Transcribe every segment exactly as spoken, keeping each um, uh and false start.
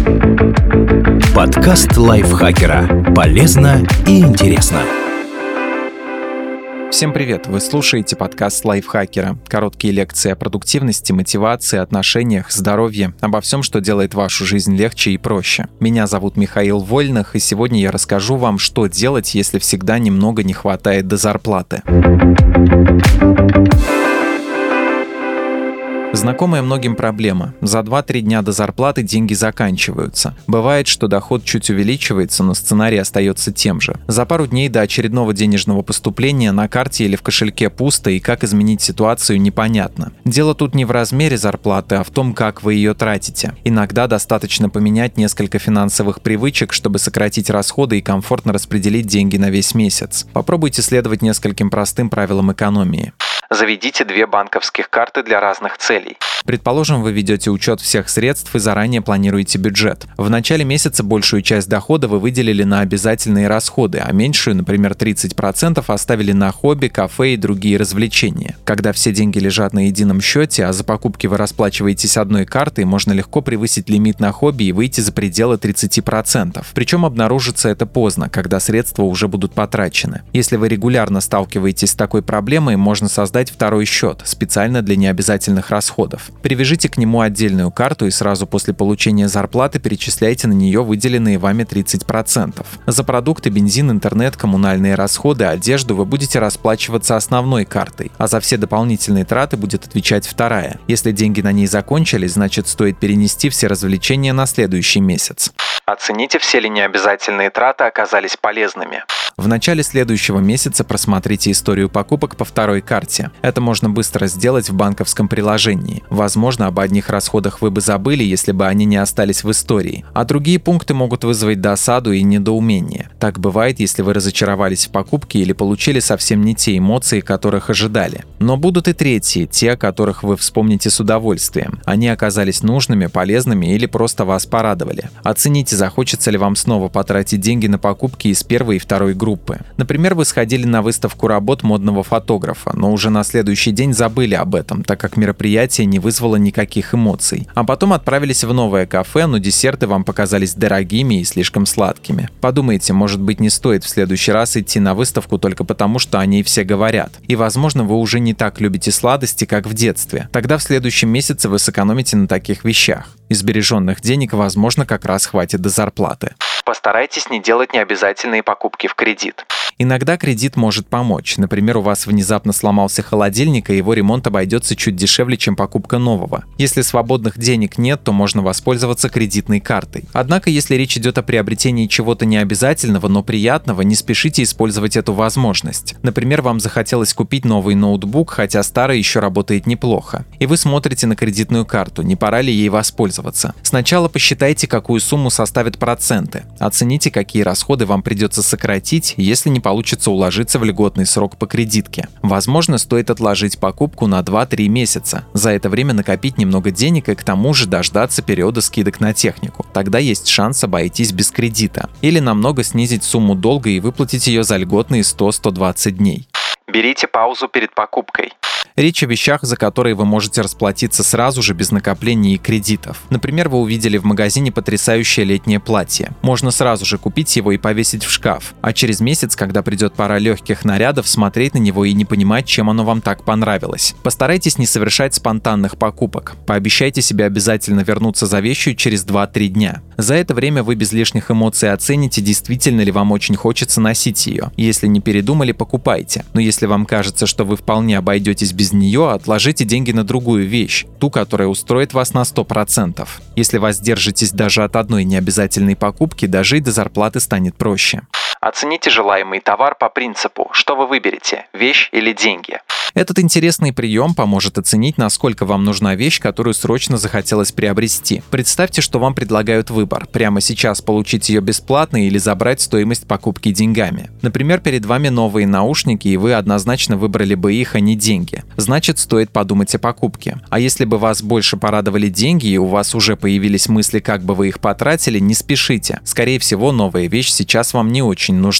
Подкаст лайфхакера. Полезно и интересно. Всем привет! Вы слушаете подкаст лайфхакера. Короткие лекции о продуктивности, мотивации, отношениях, здоровье, обо всем, что делает вашу жизнь легче и проще. Меня зовут Михаил Вольных, и сегодня я расскажу вам, что делать, если всегда немного не хватает до зарплаты. Знакомая многим проблема. За два-три дня до зарплаты деньги заканчиваются. Бывает, что доход чуть увеличивается, но сценарий остается тем же. За пару дней до очередного денежного поступления на карте или в кошельке пусто, и как изменить ситуацию непонятно. Дело тут не в размере зарплаты, а в том, как вы ее тратите. Иногда достаточно поменять несколько финансовых привычек, чтобы сократить расходы и комфортно распределить деньги на весь месяц. Попробуйте следовать нескольким простым правилам экономии. Заведите две банковских карты для разных целей. Предположим, вы ведете учет всех средств и заранее планируете бюджет. В начале месяца большую часть дохода вы выделили на обязательные расходы, а меньшую, например, тридцать процентов, оставили на хобби, кафе и другие развлечения. Когда все деньги лежат на едином счете, а за покупки вы расплачиваетесь одной картой, можно легко превысить лимит на хобби и выйти за пределы тридцать процентов. Причем обнаружится это поздно, когда средства уже будут потрачены. Если вы регулярно сталкиваетесь с такой проблемой, можно создать второй счет, специально для необязательных расходов. Привяжите к нему отдельную карту и сразу после получения зарплаты перечисляйте на нее выделенные вами тридцать процентов. За продукты, бензин, интернет, коммунальные расходы, одежду вы будете расплачиваться основной картой, а за все дополнительные траты будет отвечать вторая. Если деньги на ней закончились, значит, стоит перенести все развлечения на следующий месяц. Оцените, все ли необязательные траты оказались полезными. В начале следующего месяца просмотрите историю покупок по второй карте. Это можно быстро сделать в банковском приложении. Возможно, об одних расходах вы бы забыли, если бы они не остались в истории. А другие пункты могут вызвать досаду и недоумение. Так бывает, если вы разочаровались в покупке или получили совсем не те эмоции, которых ожидали. Но будут и третьи, те, о которых вы вспомните с удовольствием. Они оказались нужными, полезными или просто вас порадовали. Оцените, захочется ли вам снова потратить деньги на покупки из первой и второй группы. Группы. Например, вы сходили на выставку работ модного фотографа, но уже на следующий день забыли об этом, так как мероприятие не вызвало никаких эмоций. А потом отправились в новое кафе, но десерты вам показались дорогими и слишком сладкими. Подумайте, может быть, не стоит в следующий раз идти на выставку только потому, что о ней все говорят. И, возможно, вы уже не так любите сладости, как в детстве. Тогда в следующем месяце вы сэкономите на таких вещах. Из сбереженных денег, возможно, как раз хватит до зарплаты. Постарайтесь не делать необязательные покупки в кредит. Иногда кредит может помочь. Например, у вас внезапно сломался холодильник, и его ремонт обойдется чуть дешевле, чем покупка нового. Если свободных денег нет, то можно воспользоваться кредитной картой. Однако, если речь идет о приобретении чего-то необязательного, но приятного, не спешите использовать эту возможность. Например, вам захотелось купить новый ноутбук, хотя старый еще работает неплохо. И вы смотрите на кредитную карту, не пора ли ей воспользоваться. Сначала посчитайте, какую сумму составят проценты. Оцените, какие расходы вам придется сократить, если не получится уложиться в льготный срок по кредитке. Возможно, стоит отложить покупку на два-три месяца. За это время накопить немного денег и к тому же дождаться периода скидок на технику. Тогда есть шанс обойтись без кредита. Или намного снизить сумму долга и выплатить ее за льготные сто-сто двадцать дней. Берите паузу перед покупкой. Речь о вещах, за которые вы можете расплатиться сразу же без накоплений и кредитов. Например, вы увидели в магазине потрясающее летнее платье. Можно сразу же купить его и повесить в шкаф. А через месяц, когда придет пора легких нарядов, смотреть на него и не понимать, чем оно вам так понравилось. Постарайтесь не совершать спонтанных покупок. Пообещайте себе обязательно вернуться за вещью через два-три дня. За это время вы без лишних эмоций оцените, действительно ли вам очень хочется носить ее. Если не передумали, покупайте. Но если вам кажется, что вы вполне обойдетесь без нее, отложите деньги на другую вещь, ту, которая устроит вас на сто процентов. Если воздержитесь даже от одной необязательной покупки, дожить до зарплаты станет проще. Оцените желаемый товар по принципу, что вы выберете – вещь или деньги. Этот интересный прием поможет оценить, насколько вам нужна вещь, которую срочно захотелось приобрести. Представьте, что вам предлагают выбор – прямо сейчас получить ее бесплатно или забрать стоимость покупки деньгами. Например, перед вами новые наушники, и вы однозначно выбрали бы их, а не деньги. Значит, стоит подумать о покупке. А если бы вас больше порадовали деньги, и у вас уже появились мысли, как бы вы их потратили, не спешите. Скорее всего, новая вещь сейчас вам не очень нужна.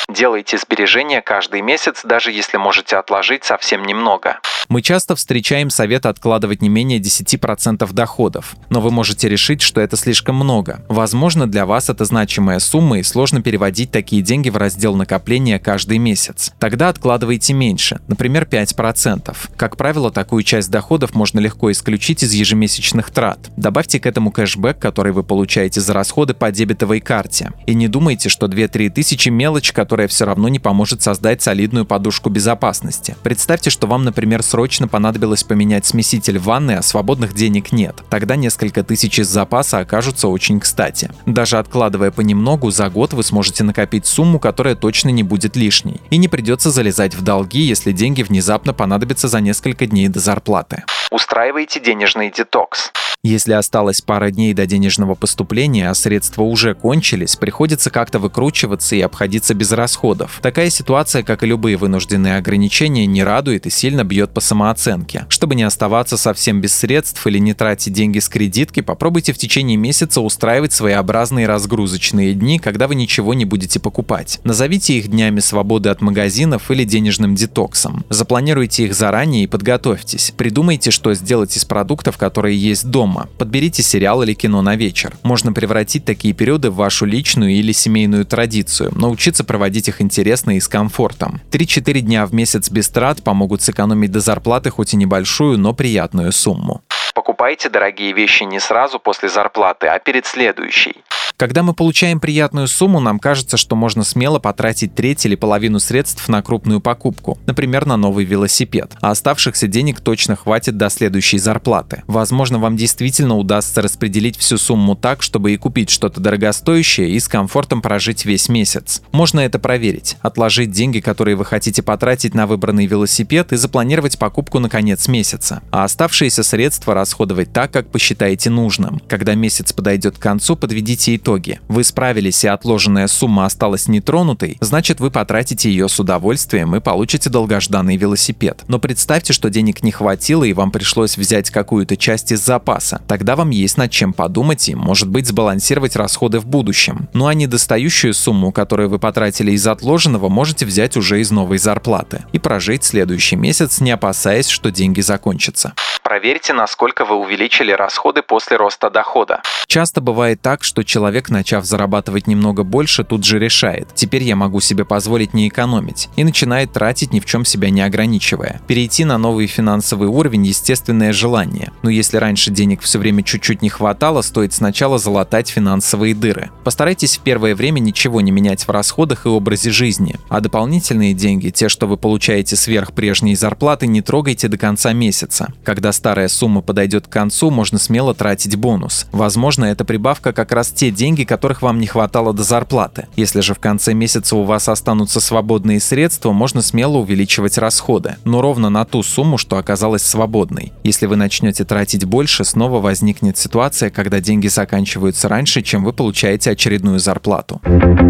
Делайте сбережения каждый месяц, даже если можете отложить совсем немного. Мы часто встречаем совет откладывать не менее десять процентов доходов, но вы можете решить, что это слишком много. Возможно, для вас это значимая сумма и сложно переводить такие деньги в раздел накопления каждый месяц. Тогда откладывайте меньше, например, пять процентов. Как правило, такую часть доходов можно легко исключить из ежемесячных трат. Добавьте к этому кэшбэк, который вы получаете за расходы по дебетовой карте. И не думайте, что две-три тысячи – мелочь, которая все равно не поможет создать солидную подушку безопасности. Представьте, что вам, например, срочно понадобилось поменять смеситель в ванной, а свободных денег нет. Тогда несколько тысяч из запаса окажутся очень кстати. Даже откладывая понемногу, за год вы сможете накопить сумму, которая точно не будет лишней. И не придется залезать в долги, если деньги внезапно понадобятся за несколько дней до зарплаты. Устраивайте денежный детокс. Если осталось пара дней до денежного поступления, а средства уже кончились, приходится как-то выкручиваться и обходиться без расходов. Такая ситуация, как и любые вынужденные ограничения, не радует и сильно бьет по самооценке. Чтобы не оставаться совсем без средств или не тратить деньги с кредитки, попробуйте в течение месяца устраивать своеобразные разгрузочные дни, когда вы ничего не будете покупать. Назовите их днями свободы от магазинов или денежным детоксом. Запланируйте их заранее и подготовьтесь. Придумайте, что сделать из продуктов, которые есть дома. Подберите сериал или кино на вечер. Можно превратить такие периоды в вашу личную или семейную традицию, научиться проводить их интересно и с комфортом. три-четыре дня в месяц без трат помогут сэкономить до зарплаты хоть и небольшую, но приятную сумму. Покупайте дорогие вещи не сразу после зарплаты, а перед следующей. Когда мы получаем приятную сумму, нам кажется, что можно смело потратить треть или половину средств на крупную покупку, например, на новый велосипед, а оставшихся денег точно хватит до следующей зарплаты. Возможно, вам действительно удастся распределить всю сумму так, чтобы и купить что-то дорогостоящее и с комфортом прожить весь месяц. Можно это проверить, отложить деньги, которые вы хотите потратить на выбранный велосипед, и запланировать покупку на конец месяца, а оставшиеся средства расходовать так, как посчитаете нужным. Когда месяц подойдет к концу, подведите итоги. Вы справились и отложенная сумма осталась нетронутой, значит, вы потратите ее с удовольствием и получите долгожданный велосипед. Но представьте, что денег не хватило и вам пришлось взять какую-то часть из запаса. Тогда вам есть над чем подумать и, может быть, сбалансировать расходы в будущем. Ну а недостающую сумму, которую вы потратили из отложенного, можете взять уже из новой зарплаты и прожить следующий месяц, не опасаясь, что деньги закончатся. Проверьте, насколько вы увеличили расходы после роста дохода. Часто бывает так, что человек, начав зарабатывать немного больше, тут же решает: теперь я могу себе позволить не экономить, и начинает тратить, ни в чем себя не ограничивая. Перейти на новый финансовый уровень – естественное желание. Но если раньше денег все время чуть-чуть не хватало, стоит сначала залатать финансовые дыры. Постарайтесь в первое время ничего не менять в расходах и образе жизни, а дополнительные деньги, те, что вы получаете сверх прежней зарплаты, не трогайте до конца месяца. Когда старая сумма подойдет к концу, можно смело тратить бонус. Возможно, эта прибавка как раз те деньги, которых вам не хватало до зарплаты. Если же в конце месяца у вас останутся свободные средства, можно смело увеличивать расходы, но ровно на ту сумму, что оказалась свободной. Если вы начнете тратить больше, снова возникнет ситуация, когда деньги заканчиваются раньше, чем вы получаете очередную зарплату.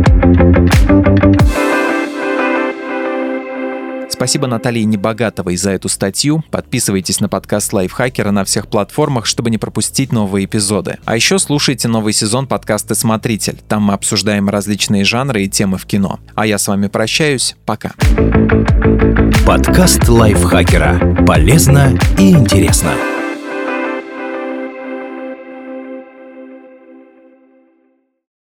Спасибо Наталье Небогатовой за эту статью. Подписывайтесь на подкаст Лайфхакера на всех платформах, чтобы не пропустить новые эпизоды. А еще слушайте новый сезон подкаста «Смотритель». Там мы обсуждаем различные жанры и темы в кино. А я с вами прощаюсь. Пока. Подкаст Лайфхакера. Полезно и интересно.